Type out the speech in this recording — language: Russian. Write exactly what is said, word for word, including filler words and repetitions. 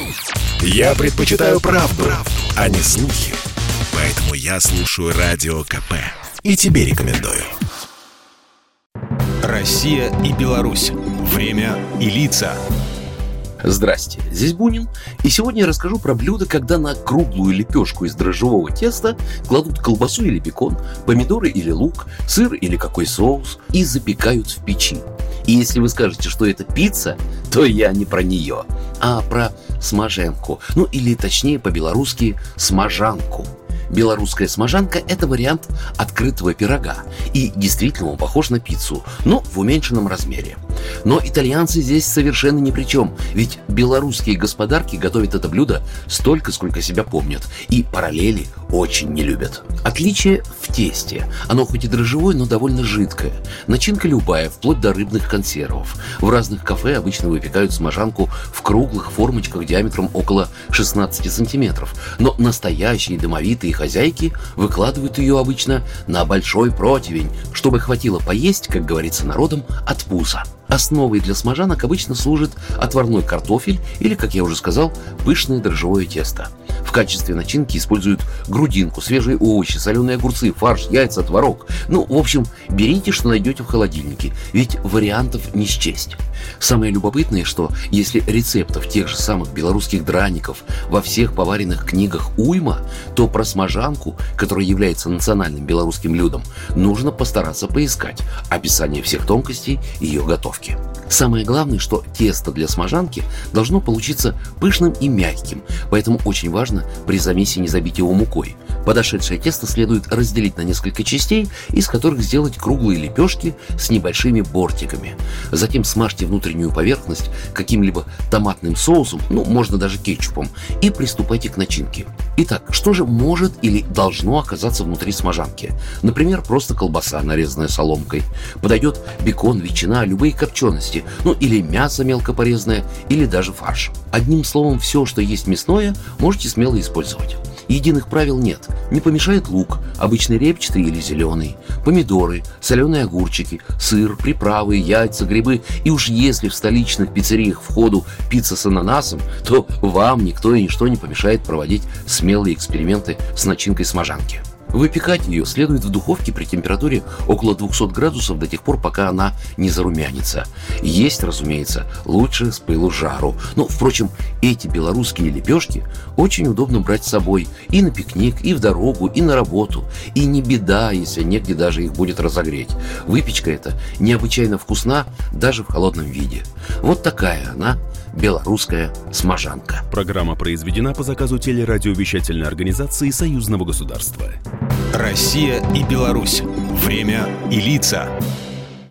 Я предпочитаю правду, правду, а не слухи. Поэтому я слушаю Радио КП. И тебе рекомендую. Россия и Беларусь. Время и лица. Здрасте, здесь Бунин, и сегодня я расскажу про блюдо, когда на круглую лепешку из дрожжевого теста кладут колбасу или бекон, помидоры или лук, сыр или какой соус и запекают в печи. И если вы скажете, что это пицца, то я не про нее, а про смаженку, ну или точнее по-белорусски смажанку. Белорусская смажанка – это вариант открытого пирога, и действительно он похож на пиццу, но в уменьшенном размере. Но итальянцы здесь совершенно ни при чем, ведь белорусские господарки готовят это блюдо столько, сколько себя помнят, и параллели очень не любят. Отличие в тесте. Оно хоть и дрожжевое, но довольно жидкое. Начинка любая, вплоть до рыбных консервов. В разных кафе обычно выпекают смажанку в круглых формочках диаметром около шестнадцати сантиметров, но настоящие домовитые хозяйки выкладывают ее обычно на большой противень, чтобы хватило поесть, как говорится народом, от пуза. Основой для смажанок обычно служит отварной картофель или, как я уже сказал, пышное дрожжевое тесто. В качестве начинки используют грудинку, свежие овощи, соленые огурцы, фарш, яйца, творог. Ну, в общем, берите, что найдете в холодильнике, ведь вариантов не счесть. Самое любопытное, что если рецептов тех же самых белорусских драников во всех поваренных книгах уйма, то про смажанку, которая является национальным белорусским блюдом, нужно постараться поискать описание всех тонкостей ее готовки. Самое главное, что тесто для смажанки должно получиться пышным и мягким, поэтому очень важно при замесе не забить его мукой. Подошедшее тесто следует разделить на несколько частей, из которых сделать круглые лепешки с небольшими бортиками. Затем смажьте внутреннюю поверхность каким-либо томатным соусом, ну, можно даже кетчупом, и приступайте к начинке. Итак, что же может или должно оказаться внутри смажанки? Например, просто колбаса, нарезанная соломкой. Подойдет бекон, ветчина, любые копчености, ну или мясо мелко порезанное, или даже фарш. Одним словом, все, что есть мясное, можете смело использовать. Единых правил нет. Не помешает лук, обычный репчатый или зеленый, помидоры, соленые огурчики, сыр, приправы, яйца, грибы. И уж если в столичных пиццериях входу пицца с ананасом, то вам никто и ничто не помешает проводить смелые эксперименты с начинкой смажанки. Выпекать ее следует в духовке при температуре около двухсот градусов до тех пор, пока она не зарумянится. Есть, разумеется, лучше с пылу жару. Но, впрочем, эти белорусские лепешки очень удобно брать с собой и на пикник, и в дорогу, и на работу. И не беда, если негде даже их будет разогреть. Выпечка эта необычайно вкусна даже в холодном виде. Вот такая она, белорусская смажанка. Программа произведена по заказу телерадиовещательной организации Союзного государства. Россия и Беларусь. Время и лица.